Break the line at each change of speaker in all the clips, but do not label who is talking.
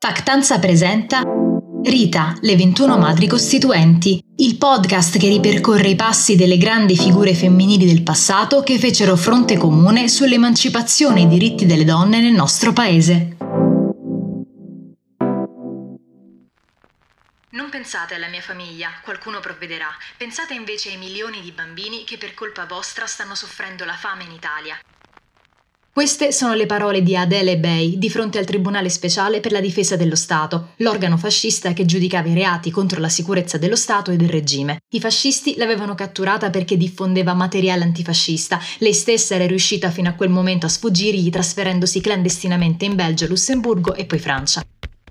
Factanza presenta Rita, le 21 madri costituenti, il podcast che ripercorre i passi delle grandi figure femminili del passato che fecero fronte comune sull'emancipazione e i diritti delle donne nel nostro paese. Non pensate alla mia famiglia, qualcuno provvederà. Pensate invece ai milioni di bambini che per colpa vostra stanno soffrendo la fame in Italia. Queste sono le parole di Adele Bey di fronte al Tribunale Speciale per la Difesa dello Stato, l'organo fascista che giudicava i reati contro la sicurezza dello Stato e del regime. I fascisti l'avevano catturata perché diffondeva materiale antifascista. Lei stessa era riuscita fino a quel momento a sfuggirgli trasferendosi clandestinamente in Belgio, Lussemburgo e poi Francia.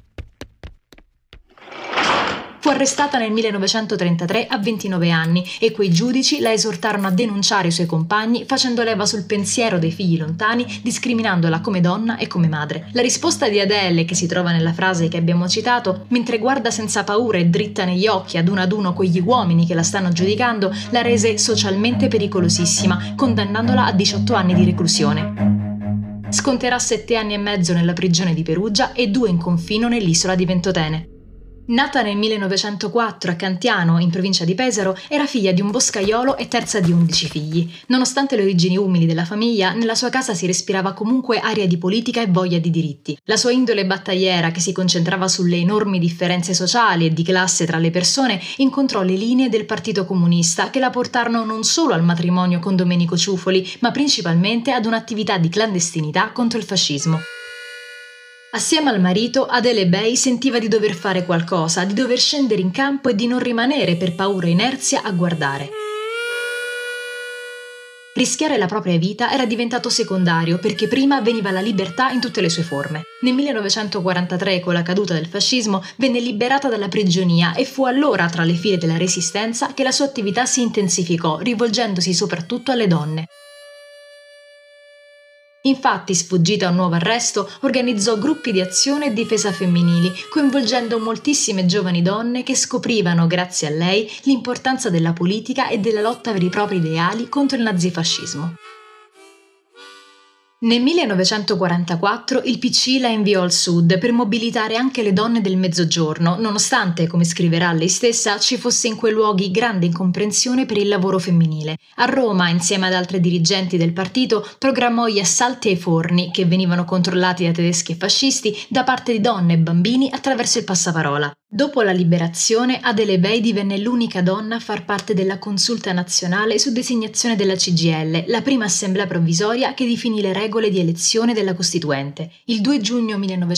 Fu arrestata nel 1933 a 29 anni e quei giudici la esortarono a denunciare i suoi compagni facendo leva sul pensiero dei figli lontani, discriminandola come donna e come madre. La risposta di Adele, che si trova nella frase che abbiamo citato, mentre guarda senza paura e dritta negli occhi ad uno quegli uomini che la stanno giudicando, la rese socialmente pericolosissima, condannandola a 18 anni di reclusione. Sconterà 7 anni e mezzo nella prigione di Perugia e 2 in confino nell'isola di Ventotene. Nata nel 1904 a Cantiano, in provincia di Pesaro, era figlia di un boscaiolo e terza di 11 figli. Nonostante le origini umili della famiglia, nella sua casa si respirava comunque aria di politica e voglia di diritti. La sua indole battagliera, che si concentrava sulle enormi differenze sociali e di classe tra le persone, incontrò le linee del Partito Comunista che la portarono non solo al matrimonio con Domenico Ciuffoli, ma principalmente ad un'attività di clandestinità contro il fascismo. Assieme al marito, Adele Bey sentiva di dover fare qualcosa, di dover scendere in campo e di non rimanere per paura e inerzia a guardare. Rischiare la propria vita era diventato secondario perché prima veniva la libertà in tutte le sue forme. Nel 1943, con la caduta del fascismo, venne liberata dalla prigionia e fu allora tra le file della Resistenza che la sua attività si intensificò, rivolgendosi soprattutto alle donne. Infatti, sfuggita a un nuovo arresto, organizzò gruppi di azione e difesa femminili, coinvolgendo moltissime giovani donne che scoprivano, grazie a lei, l'importanza della politica e della lotta per i propri ideali contro il nazifascismo. Nel 1944 il PC la inviò al sud per mobilitare anche le donne del Mezzogiorno, nonostante, come scriverà lei stessa, ci fosse in quei luoghi grande incomprensione per il lavoro femminile. A Roma, insieme ad altre dirigenti del partito, programmò gli assalti ai forni, che venivano controllati da tedeschi e fascisti, da parte di donne e bambini attraverso il passaparola. Dopo la liberazione, Adele Bey divenne l'unica donna a far parte della Consulta Nazionale su designazione della CGIL, la prima assemblea provvisoria che definì le regole di elezione della Costituente. Il 2 giugno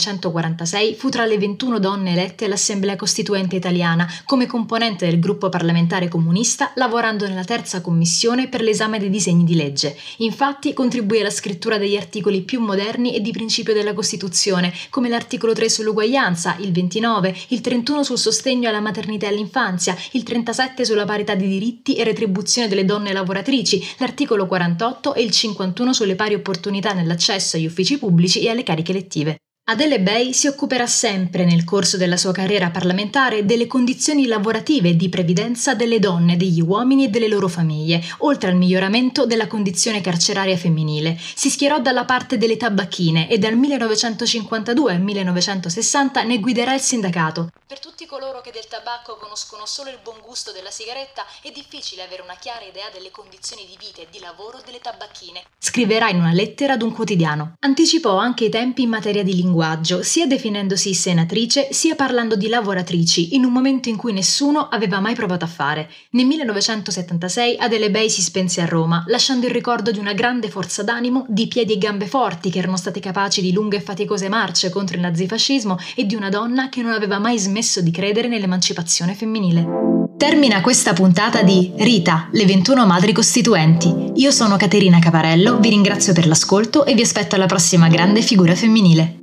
1946 fu tra le 21 donne elette all'Assemblea Costituente italiana come componente del gruppo parlamentare comunista, lavorando nella terza commissione per l'esame dei disegni di legge. Infatti contribuì alla scrittura degli articoli più moderni e di principio della Costituzione, come l'articolo 3 sull'uguaglianza, il 29, il 31 sul sostegno alla maternità e all'infanzia, il 37 sulla parità di diritti e retribuzione delle donne lavoratrici, l'articolo 48 e il 51 sulle pari opportunità nell'accesso agli uffici pubblici e alle cariche elettive. Adele Bey si occuperà sempre, nel corso della sua carriera parlamentare, delle condizioni lavorative e di previdenza delle donne, degli uomini e delle loro famiglie, oltre al miglioramento della condizione carceraria femminile. Si schierò dalla parte delle tabacchine e dal 1952 al 1960 ne guiderà il sindacato. Per tutti coloro che del tabacco conoscono solo il buon gusto della sigaretta, è difficile avere una chiara idea delle condizioni di vita e di lavoro delle tabacchine. Scriverà in una lettera ad un quotidiano. Anticipò anche i tempi in materia di linguaggio, sia definendosi senatrice, sia parlando di lavoratrici, in un momento in cui nessuno aveva mai provato a fare. Nel 1976 Adele Bey si spense a Roma, lasciando il ricordo di una grande forza d'animo, di piedi e gambe forti che erano state capaci di lunghe e faticose marce contro il nazifascismo e di una donna che non aveva mai smesso di credere nell'emancipazione femminile. Termina questa puntata di Rita, le 21 madri costituenti. Io sono Caterina Caparello, vi ringrazio per l'ascolto e vi aspetto alla prossima grande figura femminile.